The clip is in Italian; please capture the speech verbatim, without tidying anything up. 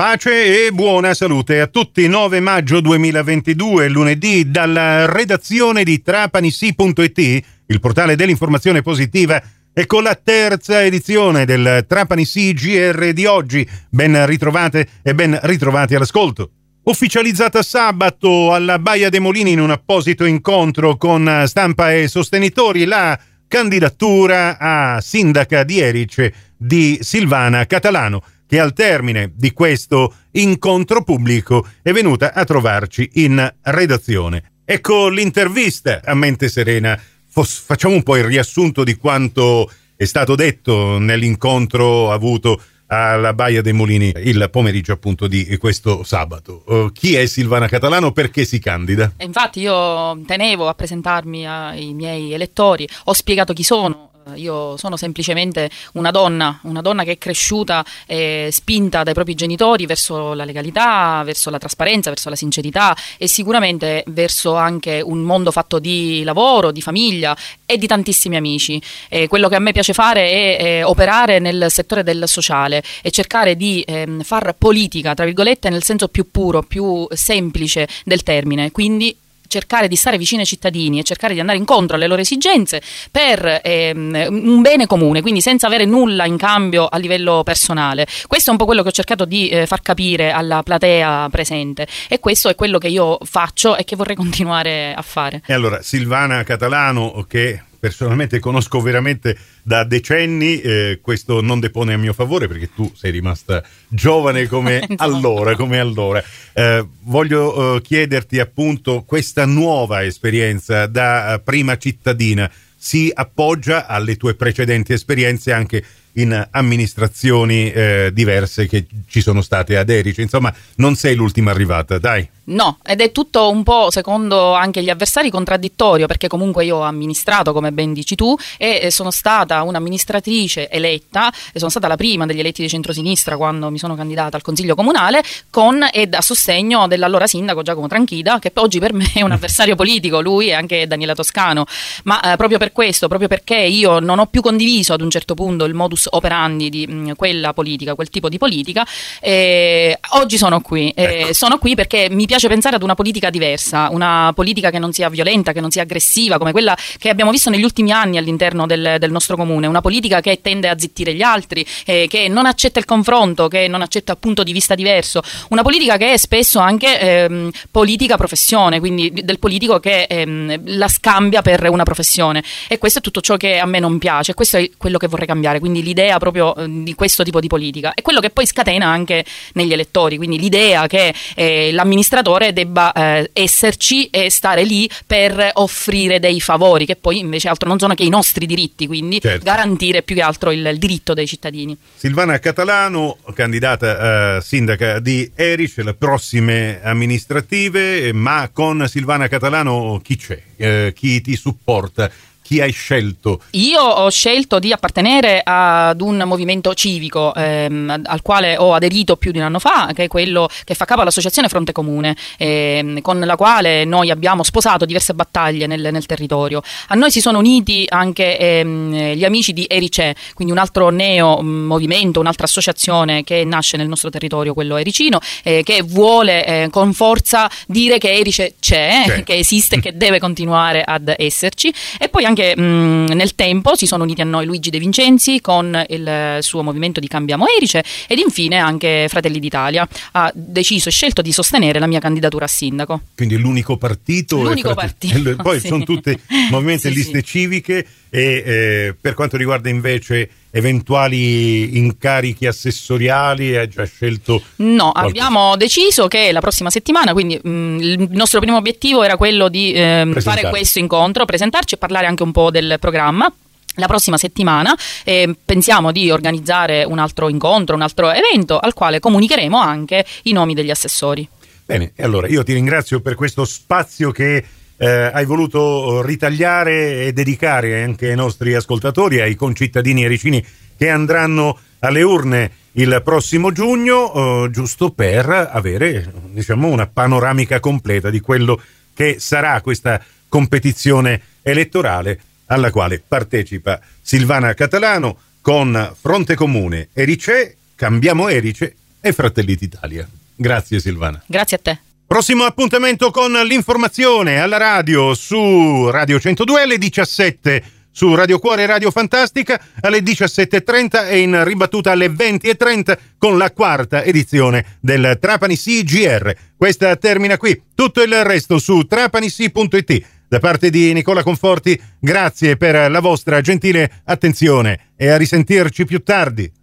Pace e buona salute a tutti. nove maggio duemilaventidue, lunedì, dalla redazione di Trapanissi punto it, il portale dell'informazione positiva, e con la terza edizione del Trapanissi G R di oggi. Ben ritrovate e ben ritrovati all'ascolto. Ufficializzata sabato alla Baia dei Molini in un apposito incontro con stampa e sostenitori la candidatura a sindaca di Erice di Silvana Catalano, che al termine di questo incontro pubblico è venuta a trovarci in redazione. Ecco l'intervista a mente serena. Facciamo un po' il riassunto di quanto è stato detto nell'incontro avuto alla Baia dei Molini il pomeriggio appunto di questo sabato. Uh, chi è Silvana Catalano? Perché si candida? Infatti io tenevo a presentarmi ai miei elettori, ho spiegato chi sono. Io sono semplicemente una donna, una donna che è cresciuta e spinta dai propri genitori verso la legalità, verso la trasparenza, verso la sincerità e sicuramente verso anche un mondo fatto di lavoro, di famiglia e di tantissimi amici. E quello che a me piace fare è, è operare nel settore del sociale e cercare di ehm, far politica, tra virgolette, nel senso più puro, più semplice del termine, quindi cercare di stare vicino ai cittadini e cercare di andare incontro alle loro esigenze per ehm, un bene comune, quindi senza avere nulla in cambio a livello personale. Questo è un po' quello che ho cercato di eh, far capire alla platea presente e questo è quello che io faccio e che vorrei continuare a fare. E allora Silvana Catalano, che personalmente conosco veramente da decenni, eh, questo non depone a mio favore perché tu sei rimasta giovane come allora, come allora. Eh, voglio eh, chiederti appunto, questa nuova esperienza da prima cittadina si appoggia alle tue precedenti esperienze anche in amministrazioni eh, diverse che ci sono state ad Erice, insomma non sei l'ultima arrivata, dai. No, ed è tutto un po', secondo anche gli avversari, contraddittorio, perché comunque io ho amministrato, come ben dici tu, e sono stata un'amministratrice eletta, e sono stata la prima degli eletti di centrosinistra quando mi sono candidata al Consiglio Comunale, con ed a sostegno dell'allora sindaco Giacomo Tranchida, che oggi per me è un avversario politico, lui e anche Daniela Toscano, ma eh, proprio per questo, proprio perché io non ho più condiviso ad un certo punto il modus operandi di mh, quella politica, quel tipo di politica, eh, oggi sono qui, eh, ecco. Sono qui perché mi piace pensare ad una politica diversa, una politica che non sia violenta, che non sia aggressiva come quella che abbiamo visto negli ultimi anni all'interno del, del nostro comune, una politica che tende a zittire gli altri, eh, che non accetta il confronto, che non accetta punto di vista diverso, una politica che è spesso anche ehm, politica professione, quindi del politico che ehm, la scambia per una professione, e questo è tutto ciò che a me non piace, questo è quello che vorrei cambiare, quindi l'idea proprio eh, di questo tipo di politica è quello che poi scatena anche negli elettori, quindi l'idea che eh, l'amministratore debba eh, esserci e stare lì per offrire dei favori che poi invece altro non sono che i nostri diritti, quindi certo, garantire più che altro il, il diritto dei cittadini. Silvana Catalano, candidata a sindaca di Erice, le prossime amministrative, ma con Silvana Catalano chi c'è? Eh, chi ti supporta? Chi hai scelto? Io ho scelto di appartenere ad un movimento civico ehm, al quale ho aderito più di un anno fa, che è quello che fa capo all'associazione Fronte Comune, ehm, con la quale noi abbiamo sposato diverse battaglie nel, nel territorio. A noi si sono uniti anche ehm, gli amici di Erice, quindi un altro neo movimento, un'altra associazione che nasce nel nostro territorio, quello ericino, eh, che vuole eh, con forza dire che Erice c'è, c'è. che esiste, che deve continuare ad esserci, e poi anche Anche mh, nel tempo si sono uniti a noi Luigi De Vincenzi con il suo movimento di Cambiamo Erice, ed infine anche Fratelli d'Italia ha deciso e scelto di sostenere la mia candidatura a sindaco. Quindi l'unico partito? L'unico partito. Poi sì. sono tutte movimenti e sì, liste sì. civiche e eh, per quanto riguarda invece eventuali incarichi assessoriali hai già scelto? No, qualcosa? Abbiamo deciso che la prossima settimana, quindi mh, il nostro primo obiettivo era quello di eh, fare questo incontro, presentarci e parlare anche un po' del programma. La prossima settimana eh, pensiamo di organizzare un altro incontro, un altro evento al quale comunicheremo anche i nomi degli assessori. Bene, e allora io ti ringrazio per questo spazio che eh, hai voluto ritagliare e dedicare anche ai nostri ascoltatori, ai concittadini ericini che andranno alle urne il prossimo giugno, eh, giusto per avere, diciamo, una panoramica completa di quello che sarà questa competizione elettorale alla quale partecipa Silvana Catalano con Fronte Comune Erice, Cambiamo Erice e Fratelli d'Italia. Grazie Silvana. Grazie a te. Prossimo appuntamento con l'informazione alla radio su Radio centodue alle diciassette, su Radio Cuore e Radio Fantastica alle diciassette e trenta e in ribattuta alle venti e trenta con la quarta edizione del Trapani C G R. Questa termina qui, tutto il resto su trapanisi punto it. Da parte di Nicola Conforti, grazie per la vostra gentile attenzione e a risentirci più tardi.